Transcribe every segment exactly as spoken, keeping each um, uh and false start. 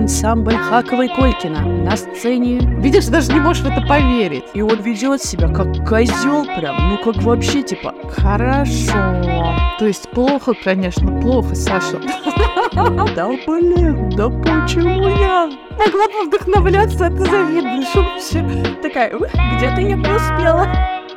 ансамбль Хакова и Колькина на сцене. Видишь, даже не можешь в это поверить. И он ведет себя как козел прям, ну как вообще, типа, хорошо. То есть плохо, конечно, плохо, Саша. Да блин, да почему я могла бы вдохновляться, а ты завидуешь вообще. Такая, где-то я преуспела.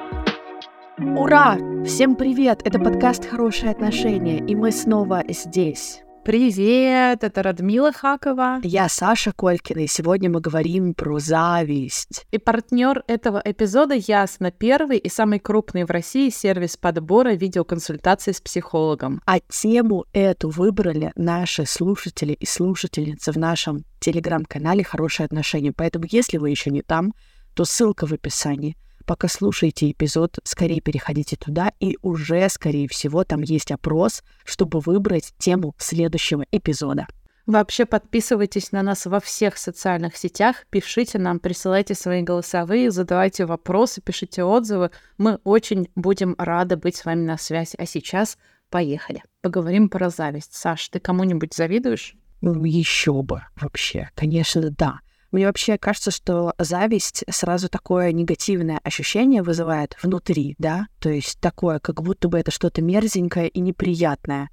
Ура! Всем привет! Это подкаст «Хорошие отношения», и мы снова здесь. Привет, это Радмила Хакова. Я Саша Колькина, и сегодня мы говорим про зависть. И партнер этого эпизода Ясно, первый и самый крупный в России сервис подбора видеоконсультаций с психологом. А тему эту выбрали наши слушатели и слушательницы в нашем телеграм-канале «Хорошие отношения». Поэтому, если вы еще не там, то ссылка в описании. Пока слушаете эпизод, скорее переходите туда, и уже, скорее всего, там есть опрос, чтобы выбрать тему следующего эпизода. Вообще подписывайтесь на нас во всех социальных сетях, пишите нам, присылайте свои голосовые, задавайте вопросы, пишите отзывы. Мы очень будем рады быть с вами на связи. А сейчас поехали. Поговорим про зависть. Саш, ты кому-нибудь завидуешь? Ну, еще бы вообще. Конечно, да. Мне вообще кажется, что зависть сразу такое негативное ощущение вызывает внутри, да? То есть такое, как будто бы это что-то мерзенькое и неприятное.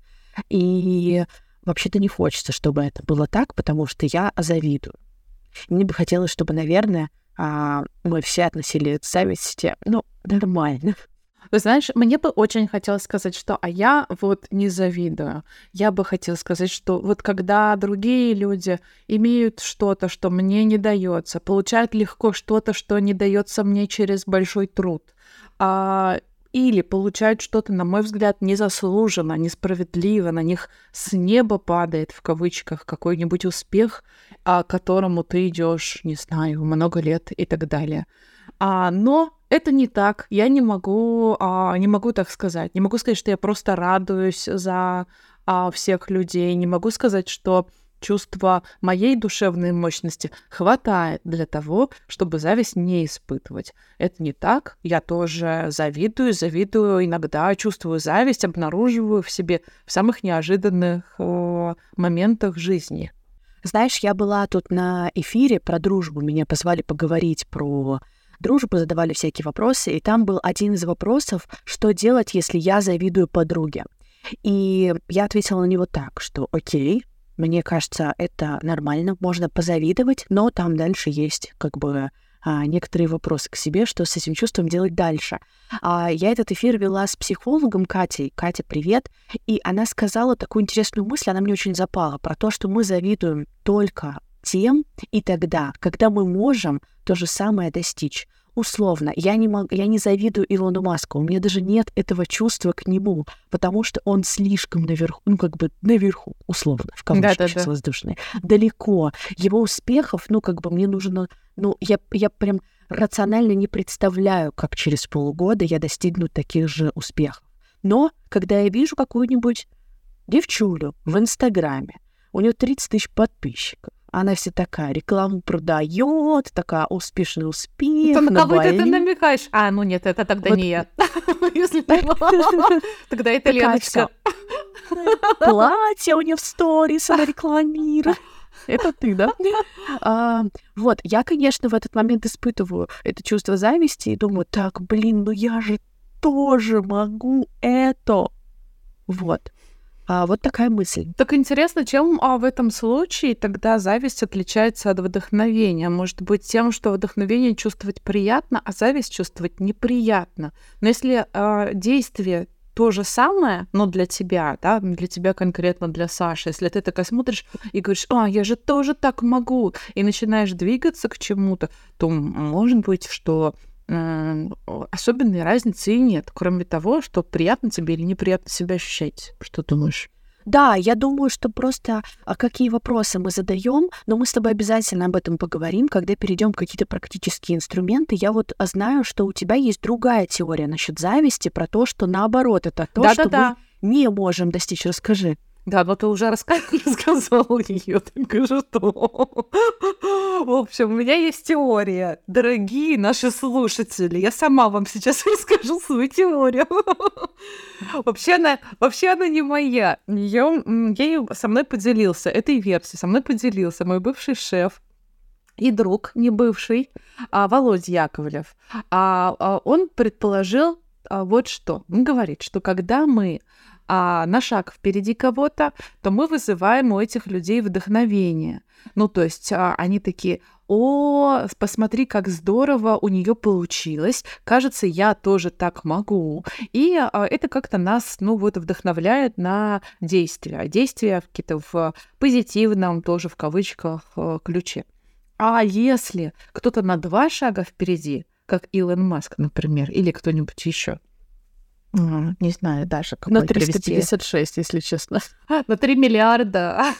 И вообще-то не хочется, чтобы это было так, потому что я завидую. Мне бы хотелось, чтобы, наверное, мы все относились к зависти, ну, нормально. Вы знаешь, мне бы очень хотелось сказать, что а я вот не завидую. Я бы хотела сказать, что вот когда другие люди имеют что-то, что мне не дается, получают легко что-то, что не дается мне через большой труд, а, или получают что-то, на мой взгляд, незаслуженно, несправедливо, на них с неба падает, в кавычках, какой-нибудь успех, а, к которому ты идешь, не знаю, много лет и так далее. А, но это не так. Я не могу, а, не могу так сказать. Не могу сказать, что я просто радуюсь за а, всех людей. Не могу сказать, что чувства моей душевной мощности хватает для того, чтобы зависть не испытывать. Это не так. Я тоже завидую, завидую иногда, чувствую зависть, обнаруживаю в себе в самых неожиданных о, моментах жизни. Знаешь, я была тут на эфире про дружбу. Меня позвали поговорить про дружбу, задавали всякие вопросы, и там был один из вопросов, что делать, если я завидую подруге. И я ответила на него так, что окей, мне кажется, это нормально, можно позавидовать, но там дальше есть как бы а, некоторые вопросы к себе, что с этим чувством делать дальше. А, я этот эфир вела с психологом Катей. Катя, привет. И она сказала такую интересную мысль, она мне очень запала, про то, что мы завидуем только тем и тогда, когда мы можем то же самое достичь. Условно, я не, мог, я не завидую Илону Маску, у меня даже нет этого чувства к нему, потому что он слишком наверху, ну как бы наверху, условно, в кавычках сейчас воздушные, далеко. Его успехов, ну как бы мне нужно, ну я, я прям рационально не представляю, как через полгода я достигну таких же успехов. Но когда я вижу какую-нибудь девчулю в Инстаграме, у нее тридцать тысяч подписчиков, она вся такая, рекламу продает, такая успешный успех. Это на кого ты намекаешь? А, ну нет, это тогда не я. Тогда это Леночка. Платье у нее в сторис, она рекламирует. Это ты, да? А, вот, я, конечно, в этот момент испытываю это чувство зависти и думаю, так, блин, ну я же тоже могу это. Вот. А, вот такая мысль. Так интересно, чем а, в этом случае тогда зависть отличается от вдохновения? Может быть, тем, что вдохновение чувствовать приятно, а зависть чувствовать неприятно. Но если а, действие то же самое, но для тебя, да, для тебя конкретно, для Саши, если ты такая смотришь и говоришь, а, я же тоже так могу, и начинаешь двигаться к чему-то, то может быть, что э, особенной разницы и нет, кроме того, что приятно тебе или неприятно себя ощущать. Что думаешь? Да, я думаю, что просто а, какие вопросы мы задаем, но мы с тобой обязательно об этом поговорим, когда перейдем к какие-то практические инструменты. Я вот знаю, что у тебя есть другая теория насчет зависти, про то, что наоборот, это то, да, что да, да. мы не можем достичь. Расскажи. Да, но ты уже раска- рассказал ее, так и что? В общем, у меня есть теория. Дорогие наши слушатели, я сама вам сейчас расскажу свою теорию. Вообще она, вообще она не моя. Её, м, ею со мной поделился, этой версией со мной поделился мой бывший шеф и друг, не бывший, а, Володя Яковлев. А, а, он предположил а, вот что. Он говорит, что когда мы а, на шаг впереди кого-то, то мы вызываем у этих людей вдохновение. Ну, то есть а, они такие: о, с- посмотри, как здорово у нее получилось. Кажется, я тоже так могу. И а, это как-то нас, ну, вот, вдохновляет на действия. А Действия какие-то в позитивном, тоже в кавычках, э, ключе. А если кто-то на два шага впереди, как Илон Маск, например, или кто-нибудь еще, не знаю даже, На какой триста привести, пятьдесят шесть, если честно. на три миллиарда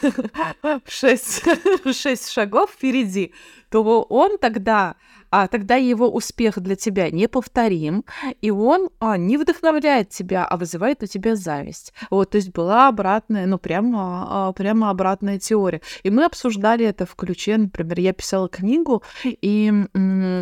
шесть шесть шагов впереди, то он тогда, а, тогда его успех для тебя неповторим, и он а, не вдохновляет тебя, а вызывает у тебя зависть. Вот, то есть была обратная, ну, прямо, а, прямо обратная теория. И мы обсуждали это в ключе, например, я писала книгу, и м,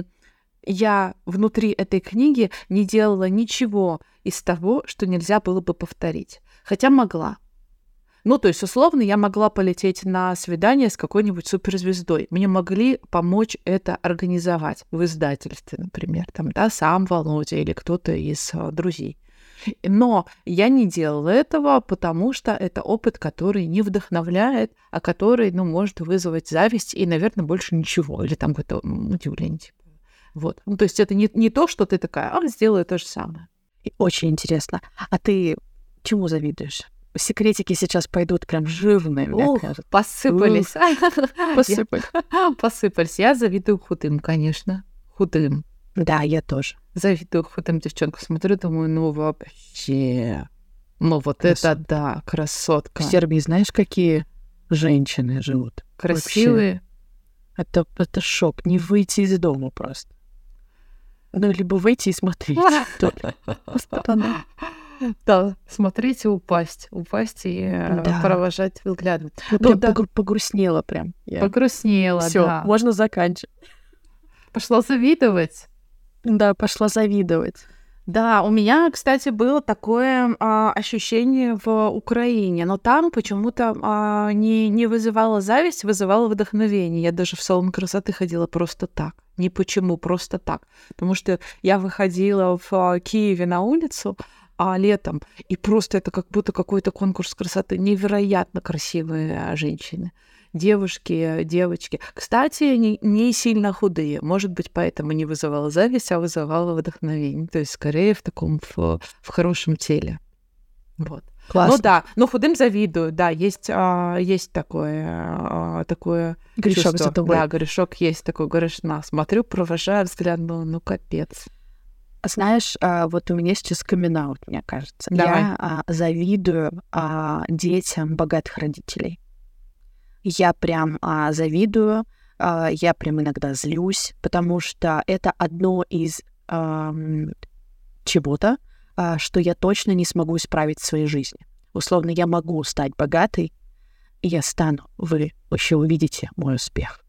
я внутри этой книги не делала ничего из того, что нельзя было бы повторить. Хотя могла. Ну, то есть, условно, я могла полететь на свидание с какой-нибудь суперзвездой. Мне могли помочь это организовать в издательстве, например, там, да, сам Володя или кто-то из а, друзей. Но я не делала этого, потому что это опыт, который не вдохновляет, а который, ну, может вызвать зависть и, наверное, больше ничего. Или там какое-то м, удивление. Типа. Вот. Ну, то есть это не, не то, что ты такая, а, сделаю то же самое. И очень интересно. А ты чему завидуешь? Секретики сейчас пойдут прям жирные, мне Ух, кажется. посыпались. Посыпали. Я- Посыпались. Я завидую худым, конечно. Худым. Да, я тоже. Завидую худым девчонкам. Смотрю, думаю, ну вообще. Ну вот Красотка. это да, красотка. В Сербии знаешь, какие женщины живут? Красивые. Это, это шок. Не выйти из дома просто. Ну, либо выйти и смотреть. Только. Стороны. Да, смотреть и упасть. Упасть и э, Да. провожать взглядом. Ну, Ну прям да, погру- погрустнела прям. Я... погрустнела, Все, да. можно заканчивать. Пошла завидовать. Да, пошла завидовать. Да, у меня, кстати, было такое а, ощущение в Украине, но там почему-то а, не, не вызывало зависть, вызывало вдохновение. Я даже в салон красоты ходила просто так. Не почему, просто так. Потому что я выходила в а, Киеве на улицу а, летом, и просто это как будто какой-то конкурс красоты. Невероятно красивые а, женщины. Девушки, девочки. Кстати, не, не сильно худые. Может быть, поэтому не вызывала зависть, а вызывала вдохновение. То есть, скорее, в таком, в, в хорошем теле. Вот. Классно. Ну да, но худым завидую. Да, есть, а, есть такое, а, такое Грешок чувство. за тобой. Да, грешок есть такой. Говоришь, на, смотрю, провожаю взгляд, ну, ну капец. Знаешь, а, вот у меня сейчас камин-аут, мне кажется. Давай. Я а, завидую а, детям богатых родителей. Я прям а, завидую, а, я прям иногда злюсь, потому что это одно из ам, чего-то, а, что я точно не смогу исправить в своей жизни. Условно, я могу стать богатой, и я стану, вы еще увидите мой успех.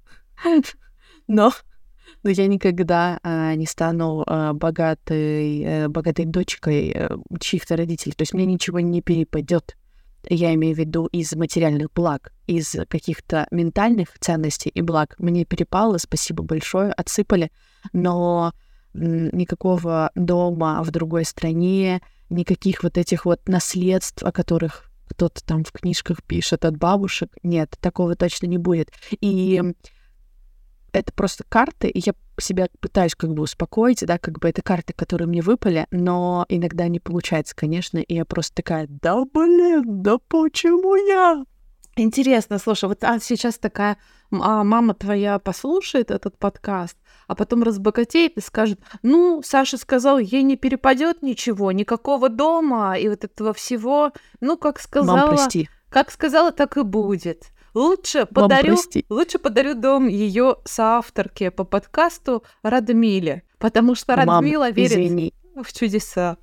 Но, но я никогда а, не стану а, богатой, э, богатой дочкой э, чьих-то родителей. То есть мне ничего не перепадет. Я имею в виду из материальных благ, из каких-то ментальных ценностей и благ. Мне перепало, спасибо большое, отсыпали, но м, никакого дома в другой стране, никаких вот этих вот наследств, о которых кто-то там в книжках пишет от бабушек, нет, такого точно не будет. И это просто карты, и я себя пытаюсь как бы успокоить, да, как бы это карты, которые мне выпали, но иногда не получается, конечно, и я просто такая, да блин, да почему я? Интересно, слушай, вот а, сейчас такая м, а, мама твоя послушает этот подкаст, а потом разбогатеет и скажет, ну, Саша сказал, ей не перепадет ничего, никакого дома и вот этого всего, ну, как сказала, Мам, прости. как сказала, так и будет. Лучше Мам, подарю, прости. лучше подарю дом ее соавторке по подкасту Радмиле, потому что Мам, Радмила верит извини. в чудеса.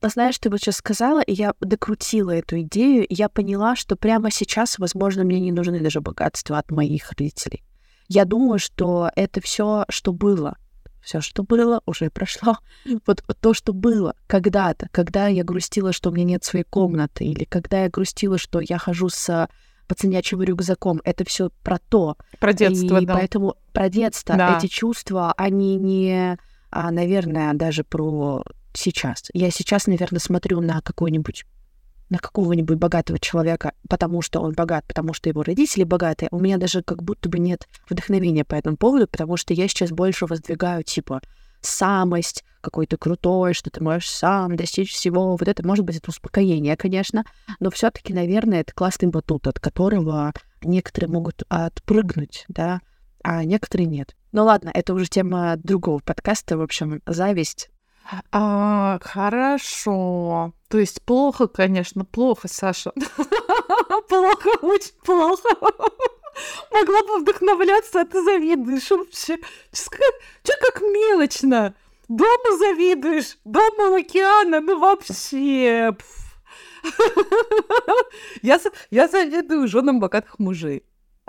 Знаешь, ты вот сейчас сказала, и я докрутила эту идею, и я поняла, что прямо сейчас, возможно, мне не нужны даже богатства от моих родителей. Я думаю, что это все, что было, все, что было, уже прошло. Вот то, что было когда-то, когда я грустила, что у меня нет своей комнаты, или когда я грустила, что я хожу с пацанячьим рюкзаком, это все про то. Про детство, и да. поэтому про детство, Да. эти чувства, они не, а, наверное, даже про сейчас. Я сейчас, наверное, смотрю на какой-нибудь на какого-нибудь богатого человека, потому что он богат, потому что его родители богатые. У меня даже как будто бы нет вдохновения по этому поводу, потому что я сейчас больше воздвигаю, типа, самость, какой-то крутой, что ты можешь сам достичь всего. Вот это, может быть, это успокоение, конечно, но все таки наверное, это классный батут, от которого некоторые могут отпрыгнуть, да, а некоторые нет. Ну ладно, это уже тема другого подкаста, в общем, зависть. А, хорошо. То есть плохо, конечно, плохо, Саша. Плохо, очень плохо. Могла бы вдохновляться, а ты завидуешь вообще. Чё как мелочно? Дома завидуешь, дома у океана, ну вообще. Я, я завидую женам богатых мужей.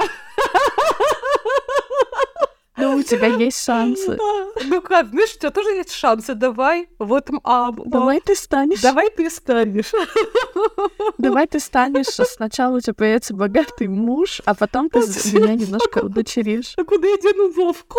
Ну, у тебя есть шансы. Ну как, знаешь, у тебя тоже есть шансы. Давай, вот, а, Давай ты станешь. Давай ты станешь. Давай ты станешь. Сначала у тебя появится богатый муж, а потом ты меня немножко удочеришь. А куда я дену Вовку?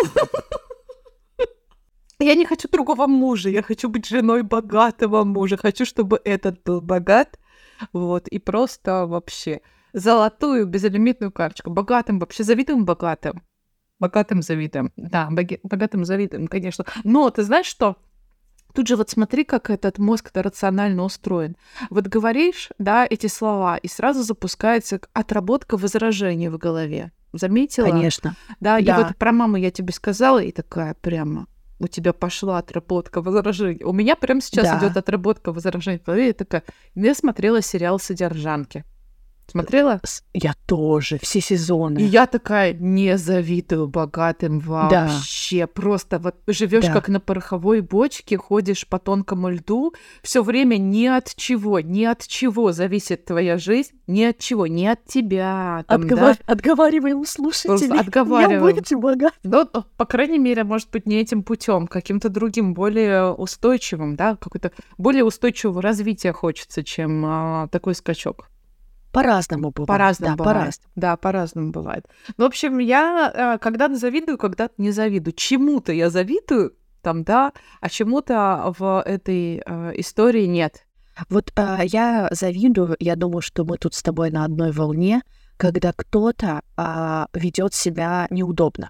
Я не хочу другого мужа, я хочу быть женой богатого мужа. Хочу, чтобы этот был богат. Вот, и просто вообще золотую безлимитную карточку. Богатым вообще, завидуем богатым. Богатым завидуем. Да, боги- богатым завидуем, конечно. Но ты знаешь что? Тут же вот смотри, как этот мозг-то рационально устроен. Вот говоришь, да, эти слова, и сразу запускается отработка возражений в голове. Заметила? Конечно. Да, и Да. вот про маму я тебе сказала, и такая прямо... У тебя пошла отработка возражений. У меня прямо сейчас Да. идет отработка возражений в голове. Я такая... Я смотрела сериал «Содержанки». Смотрела? С- Я тоже, все сезоны. И я такая, не завидую богатым Да. вообще. Просто вот живешь Да. как на пороховой бочке, ходишь по тонкому льду, все время ни от чего, ни от чего зависит твоя жизнь, ни от чего, не от тебя. Там, Отгова- да? Отговариваем слушателей. Просто отговариваем. Не будете богаты. Ну, по крайней мере, может быть, не этим путем, каким-то другим, более устойчивым, да, какой-то более устойчивого развития хочется, чем а, такой скачок. По-разному бывает. По-разному да, бывает. по-разному. Да, по-разному бывает. Ну, в общем, я э, когда-то завидую, когда-то не завидую. Чему-то я завидую, там, да, а чему-то в этой э, истории нет. Вот а, я завидую, я думаю, что мы тут с тобой на одной волне, когда кто-то а, ведет себя неудобно.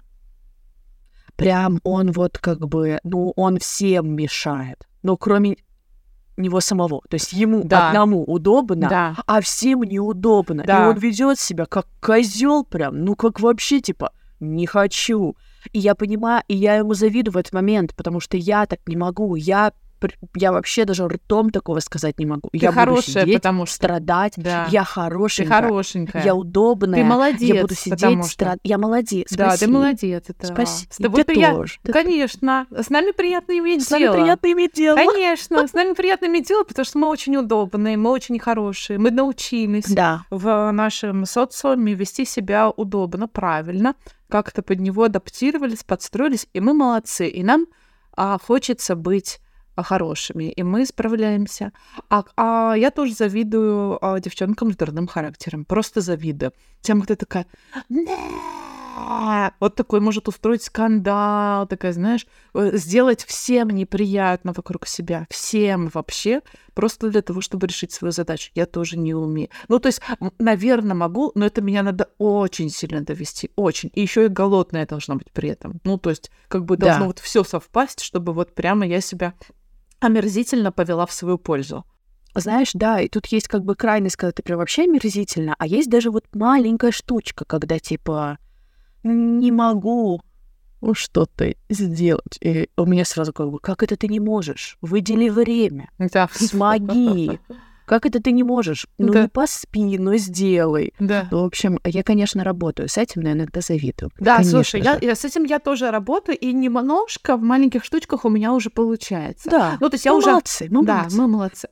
Прям он вот как бы, ну, он всем мешает. Ну, кроме него самого. То есть ему Да. одному удобно, Да. а всем неудобно. Да. И он ведет себя как козел прям, ну как вообще типа не хочу. И я понимаю, и я ему завидую в этот момент, потому что я так не могу. Я, пр- я вообще даже ртом такого сказать не могу. Ты я хорошая, буду сидеть, потому что- страдать. Да. Я Ты хорошенькая. хорошенькая. Я удобная. Ты молодец, Я буду сидеть, потому что- страдать. Я молодец. Да, ты Спасибо. молодец. Это... Спасибо. С тобой Ты прият- тоже. Ты- Конечно. С нами приятно иметь С нами дело. приятно иметь дело. Конечно, с нами приятно иметь дело, потому что мы очень удобные, мы очень хорошие, мы научились Да. в нашем социуме вести себя удобно, правильно, как-то под него адаптировались, подстроились, и мы молодцы, и нам а, хочется быть а, хорошими, и мы справляемся. А, а я тоже завидую а, девчонкам с дурным характером, просто завидую. Тем, кто такая... «Не!» Вот такой может устроить скандал, такая, знаешь, э, сделать всем неприятно вокруг себя, всем вообще, просто для того, чтобы решить свою задачу. Я тоже не умею. Ну, то есть, наверное, могу, но это меня надо очень сильно довести, очень. И еще и голодная должна быть при этом. Ну, то есть, как бы Да. должно вот все совпасть, чтобы вот прямо я себя омерзительно повела в свою пользу. Знаешь, да, и тут есть как бы крайность, когда ты прям вообще омерзительно, а есть даже вот маленькая штучка, когда типа не могу ну, что-то сделать. И у меня сразу как бы, как это ты не можешь? Выдели время, Да. смоги. Как это ты не можешь? Ну, Да. не поспи, ну, сделай. Да. Ну, в общем, я, конечно, работаю с этим, но иногда завидую. Да, Конечно слушай, я, же. я с этим я тоже работаю, и немножко в маленьких штучках у меня уже получается. Да, Ну, то есть я мы уже... молодцы, мы Да, молодцы. мы молодцы.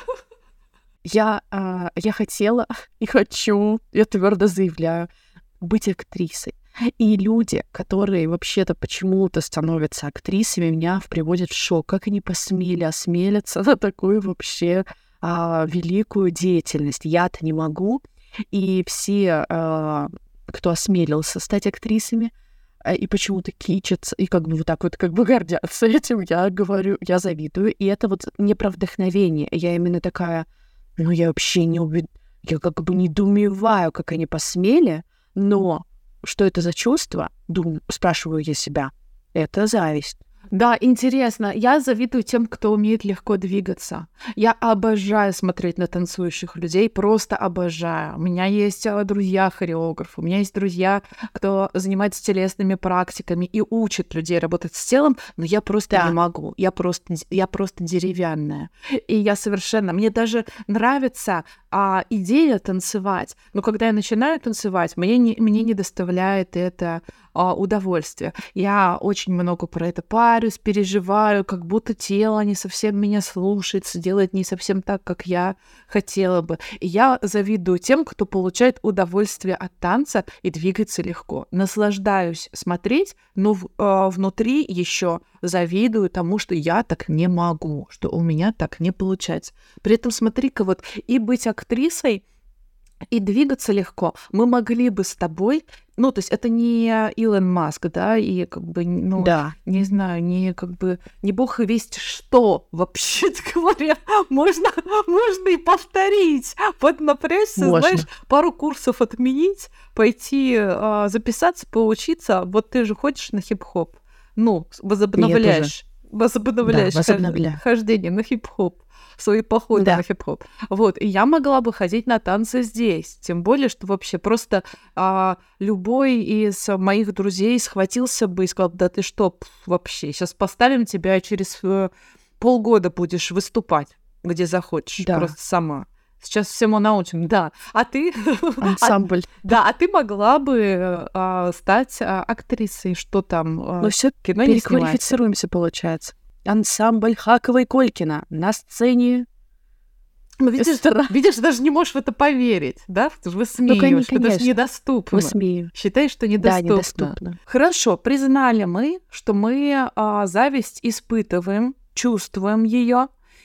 Я, а, я хотела и хочу, я твердо заявляю, быть актрисой. И люди, которые вообще-то почему-то становятся актрисами, меня приводят в шок. Как они посмели осмелиться на такую вообще а, великую деятельность. Я-то не могу. И все, а, кто осмелился стать актрисами, а, и почему-то кичатся, и как бы вот так вот как бы гордятся этим, я говорю, я завидую. И это вот не про вдохновение. Я именно такая, ну, я вообще не увид... Я как бы недоумеваю, как они посмели, но что это за чувство? Дум... Спрашиваю я себя. Это зависть. Да, интересно. Я завидую тем, кто умеет легко двигаться. Я обожаю смотреть на танцующих людей, просто обожаю. У меня есть а, друзья-хореографы, у меня есть друзья, кто занимается телесными практиками и учит людей работать с телом, но я просто Да. не могу. Я просто, я просто деревянная. И я совершенно... Мне даже нравится а, идея танцевать, но когда я начинаю танцевать, мне не, мне не доставляет это а, удовольствия. Я очень много про это парюсь, переживаю, как будто тело не совсем меня слушается, делает не совсем так, как я хотела бы. И я завидую тем, кто получает удовольствие от танца и двигается легко. Наслаждаюсь смотреть, но в- а, внутри еще завидую тому, что я так не могу, что у меня так не получается. При этом смотри-ка, вот и быть актрисой, и двигаться легко. Мы могли бы с тобой, ну, то есть это не Илон Маск, да, и как бы, ну, Да. не знаю, не как бы, не бог и весть что, вообще-то говоря, можно, можно и повторить, поднапрячься, Можно. знаешь, пару курсов отменить, пойти а, записаться, поучиться, вот ты же ходишь на хип-хоп, ну, возобновляешь, возобновляешь Да, возобновляю. хож- хождение на хип-хоп, свои походы Да. на хип-хоп. Вот, и я могла бы ходить на танцы здесь. Тем более, что вообще просто а, любой из моих друзей схватился бы и сказал, да ты что, пф, вообще, сейчас поставим тебя, и через э, полгода будешь выступать, где захочешь, Да. просто сама. Сейчас всему научим, да. А ты, а- Ансамбль. да, а ты могла бы а, стать а, актрисой, что там, а, Ну все, кино не снимается. переквалифицируемся, получается. Ансамбль Хакова и Колькина на сцене. Ну, видишь, Эстра- видишь, даже не можешь в это поверить, да? Ты же высмеиваешь, это же конечно. недоступно. Высмею. Считаешь, что Да, недоступно. недоступно. Хорошо, признали мы, что мы а, зависть испытываем, чувствуем ее,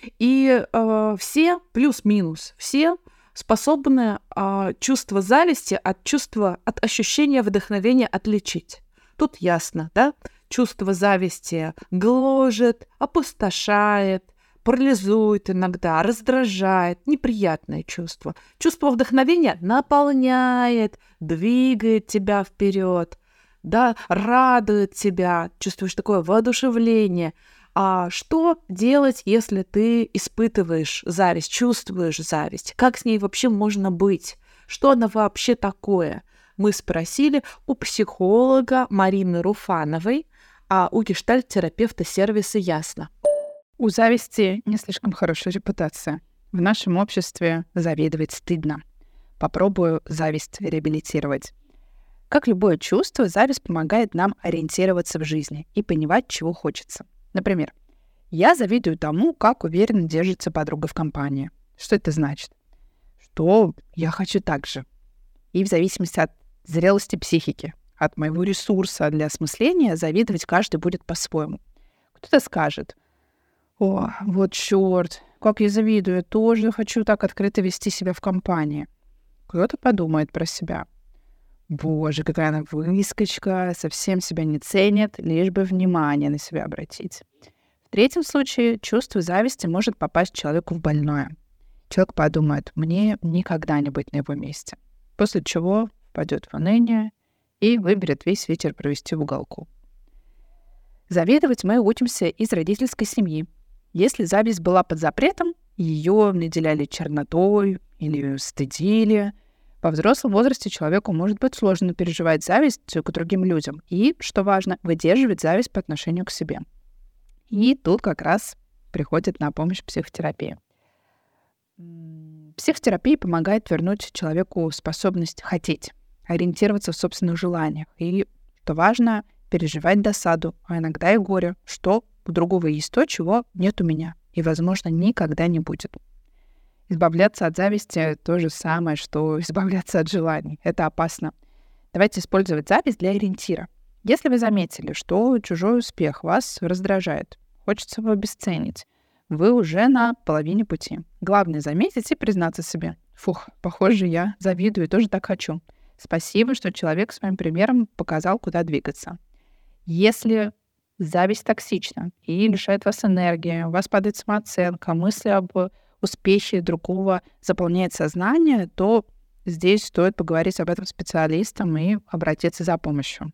и а, все, плюс-минус, все способны а, чувство зависти от чувства, от ощущения вдохновения отличить. Тут ясно, да? Чувство зависти гложет, опустошает, парализует иногда, раздражает, неприятное чувство. Чувство вдохновения наполняет, двигает тебя вперед, да, радует тебя, чувствуешь такое воодушевление. А что делать, если ты испытываешь зависть, чувствуешь зависть? Как с ней вообще можно быть? Что она вообще такое? Мы спросили у психолога Марины Руфановой, а у гештальт-терапевта сервиса «Ясно». У зависти не слишком хорошая репутация. В нашем обществе завидовать стыдно. Попробую зависть реабилитировать. Как любое чувство, зависть помогает нам ориентироваться в жизни и понимать, чего хочется. Например, я завидую тому, как уверенно держится подруга в компании. Что это значит? Что я хочу так же. И в зависимости от зрелости психики, от моего ресурса для осмысления, завидовать каждый будет по-своему. Кто-то скажет: «О, вот чёрт, как я завидую, я тоже хочу так открыто вести себя в компании». Кто-то подумает про себя: «Боже, какая она выскочка, совсем себя не ценит, лишь бы внимание на себя обратить». В третьем случае чувство зависти может попасть человеку в больное. Человек подумает: «Мне никогда не быть на его месте», после чего впадет в уныние и выберет весь вечер провести в уголку. Завидовать мы учимся из родительской семьи. Если зависть была под запретом, ее наделяли чернотой или ее стыдили, во взрослом возрасте человеку может быть сложно переживать зависть к другим людям и, что важно, выдерживать зависть по отношению к себе. И тут как раз приходит на помощь психотерапия. Психотерапия помогает вернуть человеку способность хотеть, ориентироваться в собственных желаниях и, что важно, переживать досаду, а иногда и горе, что у другого есть то, чего нет у меня и, возможно, никогда не будет. Избавляться от зависти — то же самое, что избавляться от желаний. Это опасно. Давайте использовать зависть для ориентира. Если вы заметили, что чужой успех вас раздражает, хочется его обесценить, вы уже на половине пути. Главное — заметить и признаться себе. Фух, похоже, я завидую и тоже так хочу. Спасибо, что человек своим примером показал, куда двигаться. Если зависть токсична и лишает вас энергии, у вас падает самооценка, мысли об успехе другого заполняет сознание, то здесь стоит поговорить об этом с специалистом и обратиться за помощью.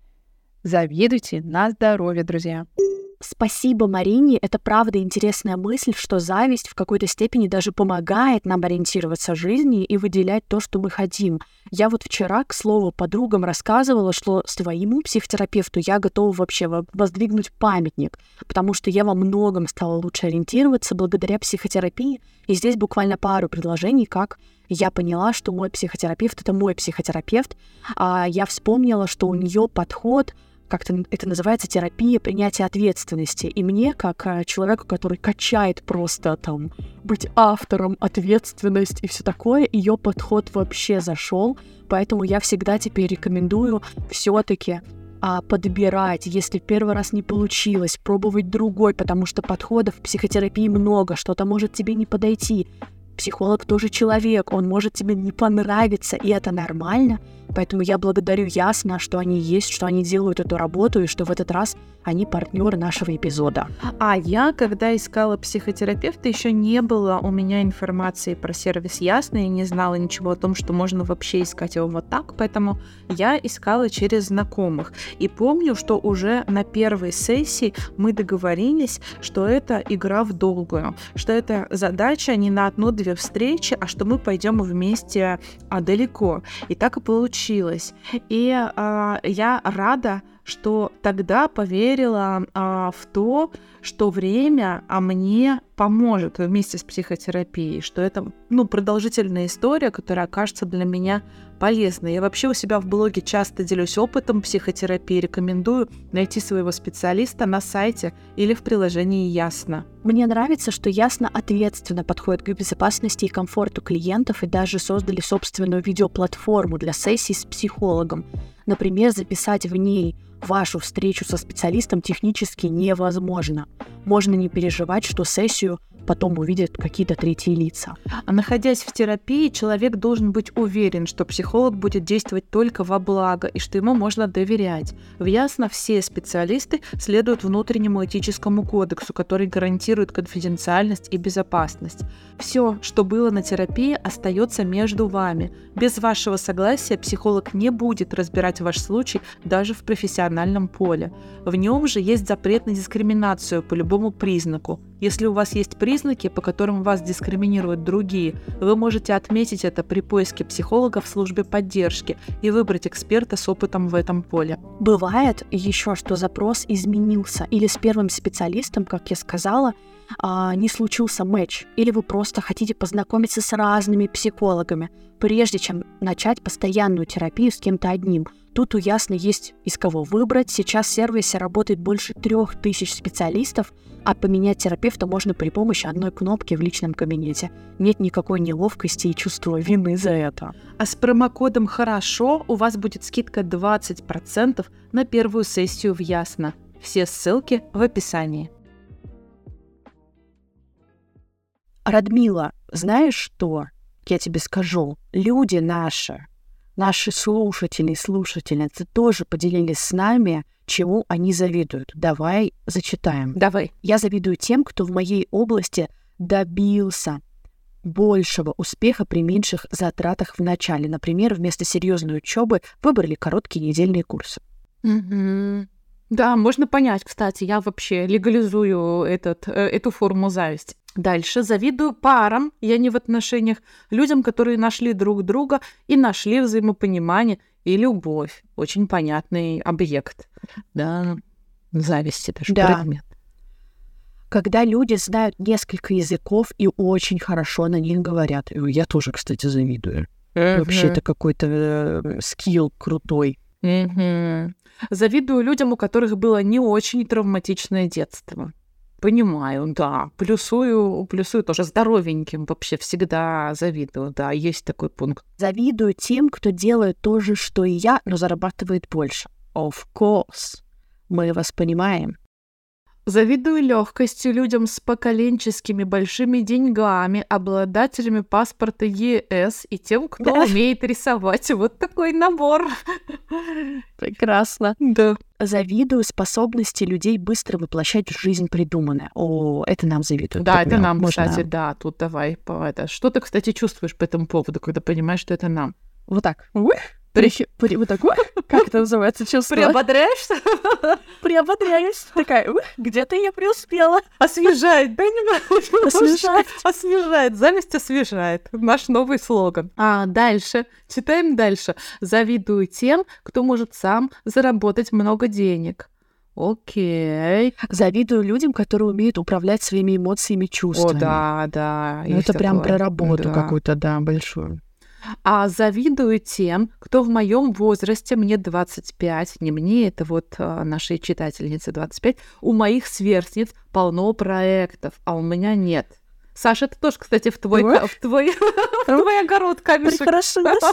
Завидуйте на здоровье, друзья. Спасибо Марине. Это правда интересная мысль, что зависть в какой-то степени даже помогает нам ориентироваться в жизни и выделять то, что мы хотим. Я вот вчера, к слову, подругам рассказывала, что своему психотерапевту я готова вообще воздвигнуть памятник, потому что я во многом стала лучше ориентироваться благодаря психотерапии. И здесь буквально пару предложений, как я поняла, что мой психотерапевт — это мой психотерапевт. А я вспомнила, что у нее подход, как-то это называется, терапия принятия ответственности. И мне, как человеку, который качает просто там быть автором, ответственность и все такое, ее подход вообще зашел. Поэтому я всегда теперь рекомендую все-таки а, подбирать, если в первый раз не получилось, пробовать другой, потому что подходов в психотерапии много, что-то может тебе не подойти. Психолог тоже человек, он может тебе не понравиться, и это нормально. Поэтому я благодарю Ясно, что они есть, что они делают эту работу, и что в этот раз они партнеры нашего эпизода. А я, когда искала психотерапевта, еще не было у меня информации про сервис Ясно, и не знала ничего о том, что можно вообще искать его вот так, поэтому я искала через знакомых. И помню, что уже на первой сессии мы договорились, что это игра в долгую, что это задача не на одну-две встречи, а что мы пойдем вместе а, далеко. И так и получилось. И а, я рада, что тогда поверила а, в то, что время а мне поможет вместе с психотерапией, что это ну, продолжительная история, которая окажется для меня полезной. Я вообще у себя в блоге часто делюсь опытом психотерапии, рекомендую найти своего специалиста на сайте или в приложении Ясно. Мне нравится, что Ясно ответственно подходит к безопасности и комфорту клиентов и даже создали собственную видеоплатформу для сессий с психологом. Например, записать в ней вашу встречу со специалистом технически невозможно. Можно не переживать, что сессию потом увидят какие-то третьи лица. А находясь в терапии, человек должен быть уверен, что психолог будет действовать только во благо и что ему можно доверять. В Ясно все специалисты следуют внутреннему этическому кодексу, который гарантирует конфиденциальность и безопасность. Все, что было на терапии, остается между вами. Без вашего согласия психолог не будет разбирать ваш случай даже в профессиональном поле. В нем же есть запрет на дискриминацию по любому признаку. Если у вас есть признаки, по которым вас дискриминируют другие, вы можете отметить это при поиске психолога в службе поддержки и выбрать эксперта с опытом в этом поле. Бывает еще, что запрос изменился, или с первым специалистом, как я сказала, не случился матч, или вы просто хотите познакомиться с разными психологами, прежде чем начать постоянную терапию с кем-то одним. Тут у Ясно есть из кого выбрать. Сейчас в сервисе работает больше трех тысяч специалистов, а поменять терапевта можно при помощи одной кнопки в личном кабинете. Нет никакой неловкости и чувства вины за это. А с промокодом «Хорошо» у вас будет скидка двадцать процентов на первую сессию в Ясно. Все ссылки в описании. Радмила, знаешь что? Я тебе скажу. Люди наши, наши слушатели и слушательницы тоже поделились с нами, чему они завидуют. Давай зачитаем. Давай. Я завидую тем, кто в моей области добился большего успеха при меньших затратах в начале. Например, вместо серьезной учебы выбрали короткие недельные курсы. Mm-hmm. Да, можно понять, кстати, я вообще легализую этот, эту форму зависти. Дальше. Завидую парам, я не в отношениях, людям, которые нашли друг друга и нашли взаимопонимание и любовь. Очень понятный объект. Да, зависть — это же да. предмет. Когда люди знают несколько языков и очень хорошо на них говорят. И я тоже, кстати, завидую. Мгм. Вообще, это какой-то э, скилл крутой. Мгм. Завидую людям, у которых было не очень травматичное детство. Понимаю, да. Плюсую, плюсую тоже здоровеньким вообще всегда завидую, да, есть такой пункт. Завидую тем, кто делает то же, что и я, но зарабатывает больше. Of course. Мы вас понимаем. Завидую легкостью людям с поколенческими большими деньгами, обладателями паспорта ЕС и тем, кто Да. умеет рисовать. Вот такой набор. Прекрасно. Да. Завидую способности людей быстро воплощать в жизнь придуманное. О, это нам завидуют. Да, Так, это Мел, нам, можно? кстати, да, тут давай по это. Что ты, кстати, чувствуешь по этому поводу, когда понимаешь, что это нам? Вот так. Прихи- при- Вот так. ух, Как это называется? Чувство? Приободряешься? Приободряюсь. Такая, ух, где-то я преуспела. Освежает, да, немного? Освежает. Освежает. Зависть освежает. Наш новый слоган. А дальше. Читаем дальше. Завидую тем, кто может сам заработать много денег. Окей. Завидую людям, которые умеют управлять своими эмоциями, О, чувствами. да, да. Ну, есть это прям такое. про работу Да. какую-то, да, большую. А завидую тем, кто в моем возрасте, мне двадцать пять, не мне, это вот а, нашей читательнице двадцать пять, у моих сверстниц полно проектов, а у меня нет. Саша, это тоже, кстати, в твой, Ой. ка- в твой, в твой огород камешек. Прихорошилась.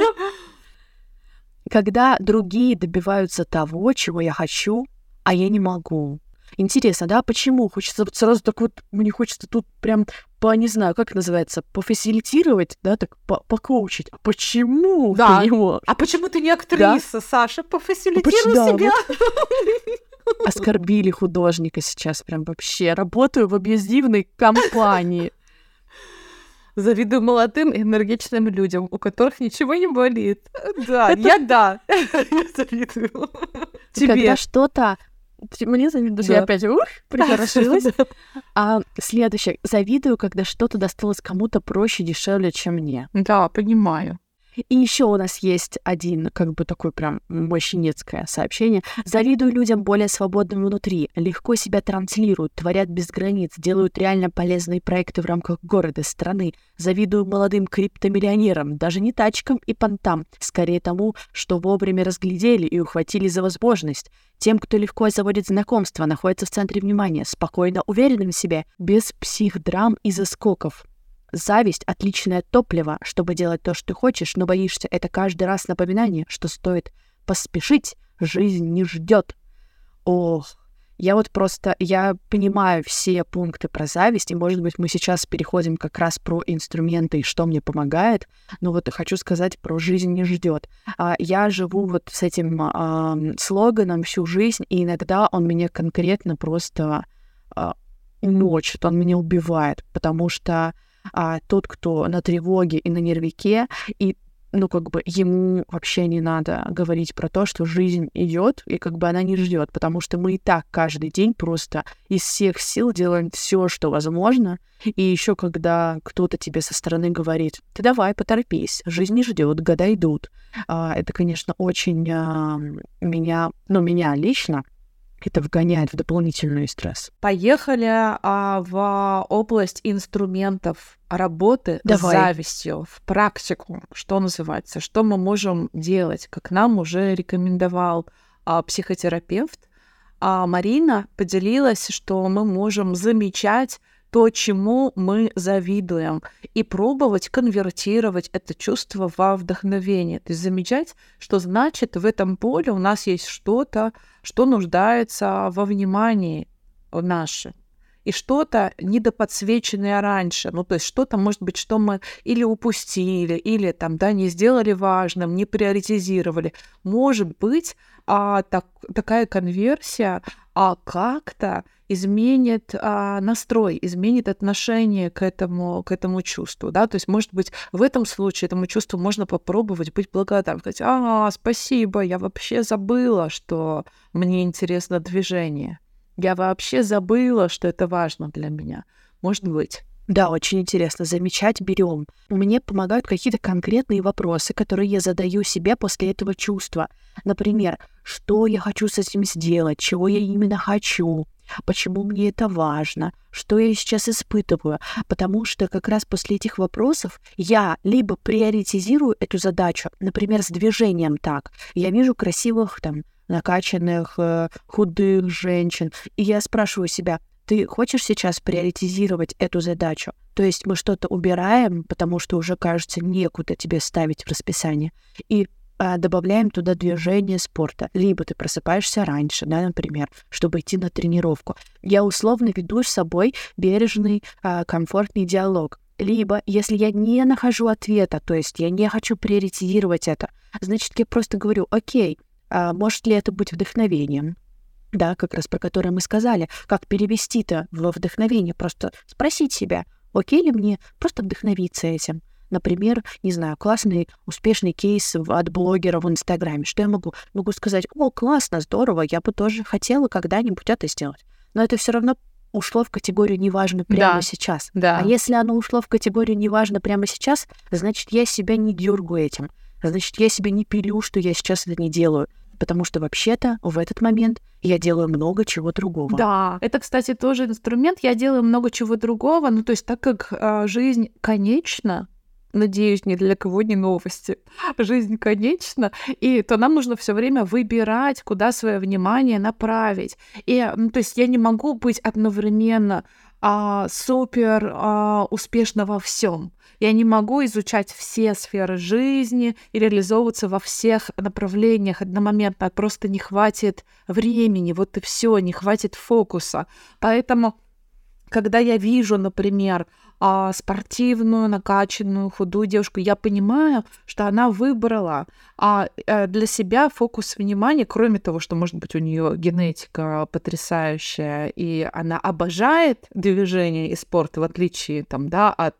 Когда другие добиваются того, чего я хочу, а я не могу. Интересно, да, почему? Хочется вот сразу так вот, мне хочется тут прям по, не знаю, как это называется, пофасилитировать, да, так по- покоучить. А почему Да. ты не можешь? А почему ты не актриса, Саша? Пофасилитируй Да, себя. Оскорбили художника сейчас прям вообще. Работаю в абьюзивной компании. Завидую молодым и энергичным людям, у которых ничего не болит. Да, я да. Я завидую. Тебе. Когда что-то... Ты Мне завидуешь, Да. я опять ух, прихорошилась. А следующее. Завидую, когда что-то досталось кому-то проще, дешевле, чем мне. Да, понимаю. И еще у нас есть один, как бы такой прям мощенецкое сообщение. Завидую людям более свободным внутри, легко себя транслируют, творят без границ, делают реально полезные проекты в рамках города, страны. Завидую молодым криптомиллионерам, даже не тачкам и понтам, скорее тому, что вовремя разглядели и ухватили за возможность. Тем, кто легко заводит знакомства, находится в центре внимания, спокойно уверенным в себе, без психдрам и заскоков. Зависть — отличное топливо, чтобы делать то, что ты хочешь, но боишься. Это каждый раз напоминание, что стоит поспешить, жизнь не ждет. Ох, я вот просто, я понимаю все пункты про зависть, и, может быть, мы сейчас переходим как раз про инструменты и что мне помогает, но вот хочу сказать про «жизнь не ждет». А, я живу вот с этим а, слоганом всю жизнь, и иногда он меня конкретно просто а, ночит, он меня убивает, потому что а тот, кто на тревоге и на нервике, и, ну, как бы ему вообще не надо говорить про то, что жизнь идет, и как бы она не ждет, потому что мы и так каждый день просто из всех сил делаем все, что возможно, и еще когда кто-то тебе со стороны говорит: ты давай, поторопись, жизнь не ждет, года идут. А, это, конечно, очень а, меня, ну, меня лично это вгоняет в дополнительный стресс. Поехали а, в область инструментов работы Давай. с завистью, в практику, что называется, что мы можем делать, как нам уже рекомендовал а, психотерапевт. А Марина поделилась, что мы можем замечать то, чему мы завидуем, и пробовать конвертировать это чувство во вдохновение. То есть замечать, что значит в этом поле у нас есть что-то, что нуждается во внимании наше, и что-то недоподсвеченное раньше. Ну, то есть что-то, может быть, что мы или упустили, или там, да, не сделали важным, не приоритизировали. Может быть, а, так, такая конверсия а, как-то изменит а, настрой, изменит отношение к этому, к этому чувству, да, то есть, может быть, в этом случае этому чувству можно попробовать быть благодарным, сказать: а, спасибо, я вообще забыла, что мне интересно движение, я вообще забыла, что это важно для меня, может быть. Да, очень интересно. Замечать берем. Мне помогают какие-то конкретные вопросы, которые я задаю себе после этого чувства. Например, что я хочу с этим сделать, чего я именно хочу. почему мне это важно, что я сейчас испытываю. Потому что как раз после этих вопросов я либо приоритизирую эту задачу, например, с движением так. Я вижу красивых, там, накачанных, э, худых женщин, и я спрашиваю себя, ты хочешь сейчас приоритизировать эту задачу? То есть мы что-то убираем, потому что уже, кажется, некуда тебе ставить в расписание, и а, добавляем туда движение спорта. Либо ты просыпаешься раньше, да, например, чтобы идти на тренировку. Я условно веду с собой бережный, а, комфортный диалог. Либо, если я не нахожу ответа, то есть я не хочу приоритизировать это, значит, я просто говорю, окей, а может ли это быть вдохновением? Да, как раз про которое мы сказали. Как перевести-то во вдохновение? Просто спросить себя, окей ли мне просто вдохновиться этим? Например, не знаю, классный, успешный кейс от блогера в Инстаграме. Что я могу? Могу сказать, о, классно, здорово, я бы тоже хотела когда-нибудь это сделать. Но это все равно ушло в категорию «неважно прямо Да, сейчас». да. А если оно ушло в категорию «неважно прямо сейчас», значит, я себя не дергаю этим. Значит, я себя не пилю, что я сейчас это не делаю. Потому что вообще-то в этот момент я делаю много чего другого. Да, это, кстати, тоже инструмент. Я делаю много чего другого. Ну, то есть так как э, жизнь конечна, надеюсь, ни для кого не новости, жизнь конечна, и то нам нужно все время выбирать, куда свое внимание направить. И, ну, то есть я не могу быть одновременно а, супер а, успешна во всем. Я не могу изучать все сферы жизни и реализовываться во всех направлениях одномоментно. Просто не хватит времени, вот и все, не хватит фокуса. Поэтому, когда я вижу, например, спортивную, накачанную, худую девушку, я понимаю, что она выбрала для себя фокус внимания, кроме того, что, может быть, у нее генетика потрясающая, и она обожает движение и спорт, в отличие там, да, от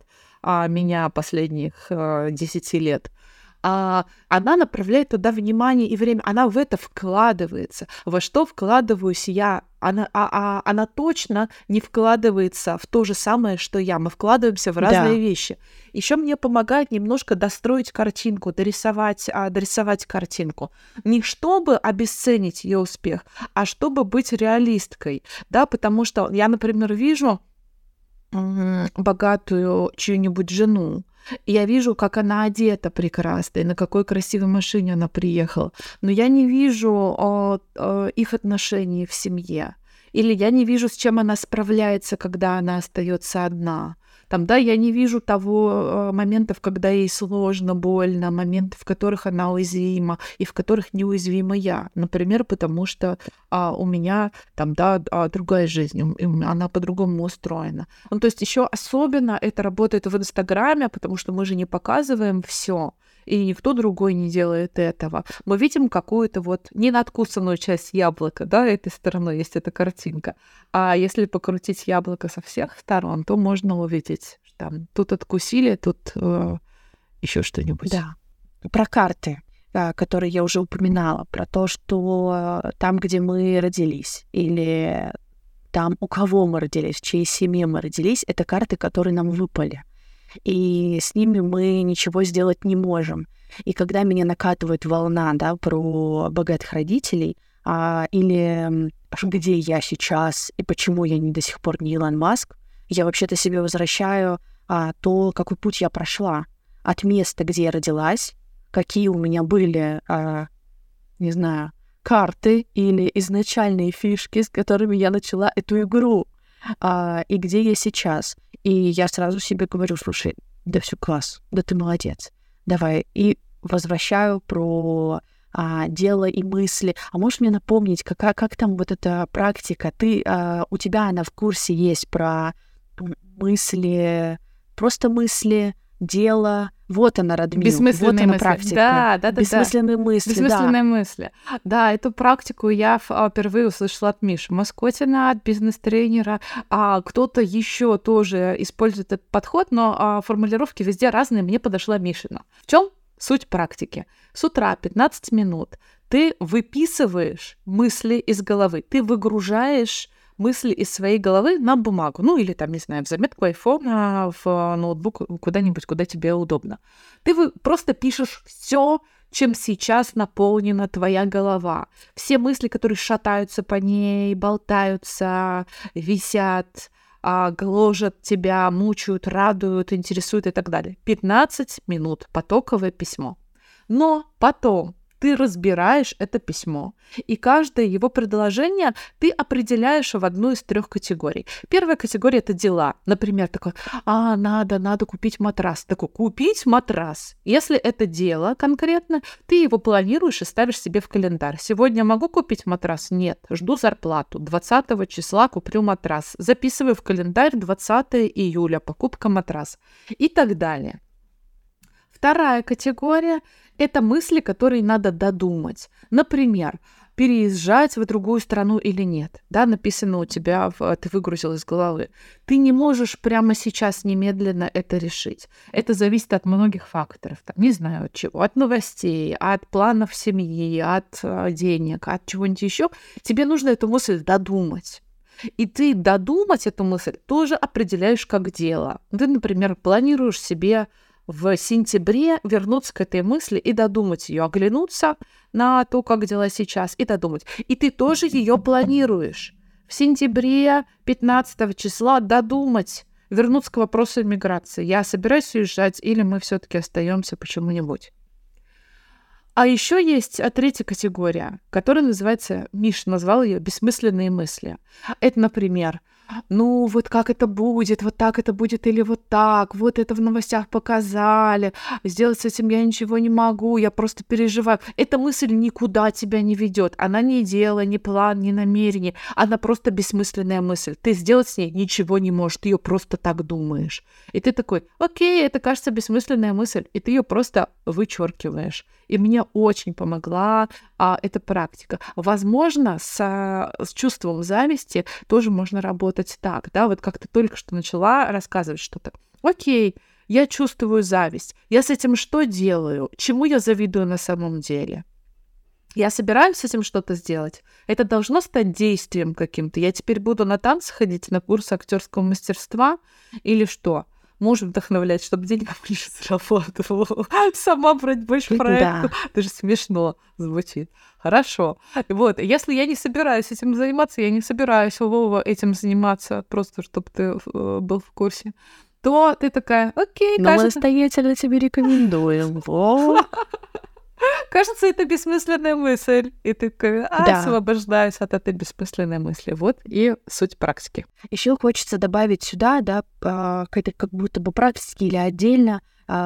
меня последних десяти лет. А, она направляет туда внимание и время, она в это вкладывается. Во что вкладываюсь я? Она, а, а, она точно не вкладывается в то же самое, что я. Мы вкладываемся в разные Да. вещи. Еще мне помогает немножко достроить картинку, дорисовать, а, дорисовать картинку. Не чтобы обесценить ее успех, а чтобы быть реалисткой. Да? Потому что я, например, вижу м, богатую чью-нибудь жену, и я вижу, как она одета прекрасно, и на какой красивой машине она приехала. Но я не вижу о, о, их отношений в семье. Или я не вижу, с чем она справляется, когда она остается одна. Там, да, я не вижу того э, моментов, когда ей сложно, больно, моментов, в которых она уязвима, и в которых неуязвима я. Например, потому что а, у меня там, да, а, другая жизнь, она по-другому устроена. Ну, то есть еще особенно это работает в Инстаграме, потому что мы же не показываем все, и никто другой не делает этого. Мы видим какую-то вот ненадкусанную часть яблока, да, этой стороной есть эта картинка. А если покрутить яблоко со всех сторон, то можно увидеть, что там тут откусили, тут э, еще что-нибудь. Да. Про карты, а, которые я уже упоминала, про то, что там, где мы родились, или там, у кого мы родились, в чьей семье мы родились, это карты, которые нам выпали. И с ними мы ничего сделать не можем. И когда меня накатывает волна, да, про богатых родителей, а, или где я сейчас, и почему я не до сих пор не Илон Маск, я вообще-то себе возвращаю а, то, какой путь я прошла от места, где я родилась, какие у меня были, а, не знаю, карты или изначальные фишки, с которыми я начала эту игру, а, и где я сейчас. И я сразу себе говорю, слушай, да все класс, да ты молодец, давай. И возвращаю про а, дело и мысли. А можешь мне напомнить, как, как там вот эта практика? Ты, а, у тебя она в курсе есть про мысли, просто мысли, дело. Вот она, Радмил, Бессмысленные вот она мысли. практика. Да, да, да, Бессмысленные да. мысли, Бессмысленные да. мысли. Да, эту практику я впервые услышала от Миши Москотина, от бизнес-тренера. А кто-то еще тоже использует этот подход, но а, формулировки везде разные. Мне подошла Мишина. В чем суть практики? С утра пятнадцать минут ты выписываешь мысли из головы, ты выгружаешь мысли из своей головы на бумагу, ну или там, не знаю, в заметку айфона, в ноутбук, куда-нибудь, куда тебе удобно. Ты вы просто пишешь все, чем сейчас наполнена твоя голова. Все мысли, которые шатаются по ней, болтаются, висят, а, гложат тебя, мучают, радуют, интересуют и так далее. пятнадцать минут потоковое письмо. Но потом ты разбираешь это письмо, и каждое его предложение ты определяешь в одну из трех категорий. Первая категория — это дела. Например, такой, а, надо, надо купить матрас. Такой, купить матрас. Если это дело конкретно, ты его планируешь и ставишь себе в календарь. Сегодня могу купить матрас? Нет. Жду зарплату. двадцатого числа куплю матрас. Записываю в календарь двадцатого июля, покупка матраса. И так далее. Вторая категория — это мысли, которые надо додумать. Например, переезжать в другую страну или нет. Да, написано у тебя, в, ты выгрузил из головы. Ты не можешь прямо сейчас немедленно это решить. Это зависит от многих факторов. Там, не знаю от чего. От новостей, от планов семьи, от э, денег, от чего-нибудь еще. Тебе нужно эту мысль додумать. И ты додумать эту мысль тоже определяешь как дело. Ты, например, планируешь себе в сентябре вернуться к этой мысли и додумать ее, оглянуться на то, как дела сейчас, и додумать. И ты тоже ее планируешь. В сентябре пятнадцатого числа додумать, вернуться к вопросу иммиграции. Я собираюсь уезжать, или мы все-таки остаемся почему-нибудь. А еще есть третья категория, которая называется, Миша назвал ее «бессмысленные мысли». Это, например, ну, вот как это будет, вот так это будет или вот так, вот это в новостях показали, сделать с этим я ничего не могу, я просто переживаю. Эта мысль никуда тебя не ведет, она не дело, не план, не намерение, она просто бессмысленная мысль. Ты сделать с ней ничего не можешь, ты ее просто так думаешь. И ты такой, окей, это кажется бессмысленная мысль, и ты ее просто вычеркиваешь. И мне очень помогла а, эта практика. Возможно, с, с чувством зависти тоже можно работать так, да, вот как ты только что начала рассказывать что-то. Окей, я чувствую зависть. Я с этим что делаю? Чему я завидую на самом деле? Я собираюсь с этим что-то сделать. Это должно стать действием каким-то. Я теперь буду на танцы ходить, на курсы актерского мастерства или что? Муж вдохновлять, чтобы денег больше заработала. Сама брать больше проектов. Да. Даже смешно звучит. Хорошо. Вот. Если я не собираюсь этим заниматься, я не собираюсь, Вова, этим заниматься, просто чтобы ты э, был в курсе, то ты такая, окей, Но кажется... мы настоятельно тебе рекомендуем. Вова. Кажется, это бессмысленная мысль. И ты такая, а, да. освобождаюсь от этой бессмысленной мысли. Вот и суть практики. Еще хочется добавить сюда, да, к этой как будто бы практике или отдельно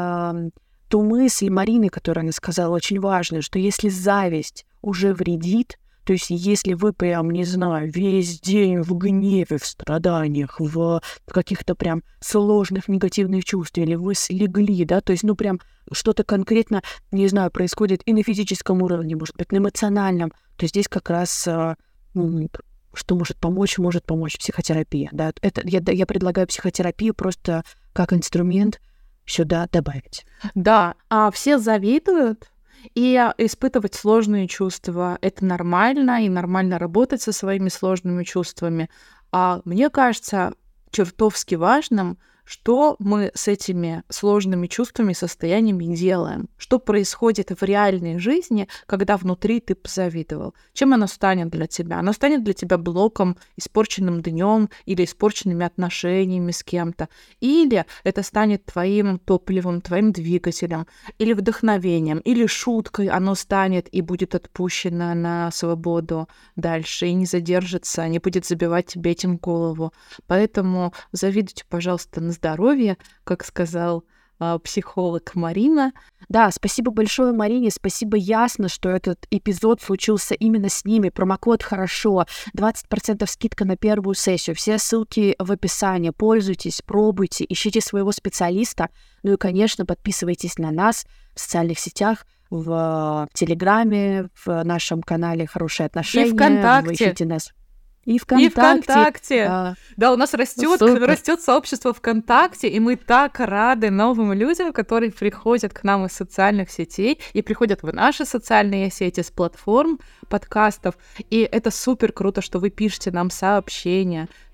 ту мысль Марины, которую она сказала, очень важную, что если зависть уже вредит, то есть если вы прям, не знаю, весь день в гневе, в страданиях, в каких-то прям сложных негативных чувствах, или вы слегли, да, то есть, ну, прям что-то конкретно, не знаю, происходит и на физическом уровне, может быть, на эмоциональном, то здесь как раз ну, что может помочь, может помочь психотерапия, да. Это, я, я предлагаю психотерапию просто как инструмент сюда добавить. Да, а все завидуют, и испытывать сложные чувства — это нормально, и нормально работать со своими сложными чувствами. А мне кажется чертовски важным, что мы с этими сложными чувствами, состояниями делаем, что происходит в реальной жизни, когда внутри ты позавидовал. Чем оно станет для тебя? Оно станет для тебя блоком, испорченным днем или испорченными отношениями с кем-то. Или это станет твоим топливом, твоим двигателем, или вдохновением, или шуткой оно станет и будет отпущено на свободу дальше, и не задержится, не будет забивать тебе этим голову. Поэтому завидуйте, пожалуйста, на здоровье, как сказал э, психолог Марина. Да, спасибо большое Марине, спасибо Ясно, что этот эпизод случился именно с ними. Промокод «Хорошо», двадцать процентов скидка на первую сессию. Все ссылки в описании. Пользуйтесь, пробуйте, ищите своего специалиста. Ну и, конечно, подписывайтесь на нас в социальных сетях, в Телеграме, в нашем канале «Хорошие отношения». И ВКонтакте. Вы ищите нас. И ВКонтакте. И ВКонтакте. А, да, у нас растет, растет сообщество ВКонтакте, и мы так рады новым людям, которые приходят к нам из социальных сетей и приходят в наши социальные сети с платформ подкастов. И это супер круто, что вы пишете нам сообщения,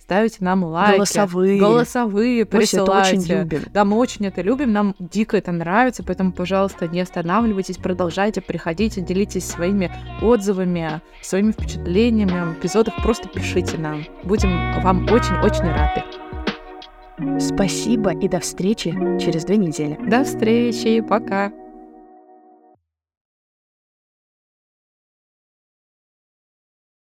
ставите нам лайки. Голосовые. Голосовые Мы все это очень присылайте. любим. Да, мы очень это любим, нам дико это нравится, поэтому, пожалуйста, не останавливайтесь, продолжайте, приходите, делитесь своими отзывами, своими впечатлениями эпизодов, просто пишите нам. Будем вам очень-очень рады. Спасибо и до встречи через две недели. До встречи, пока!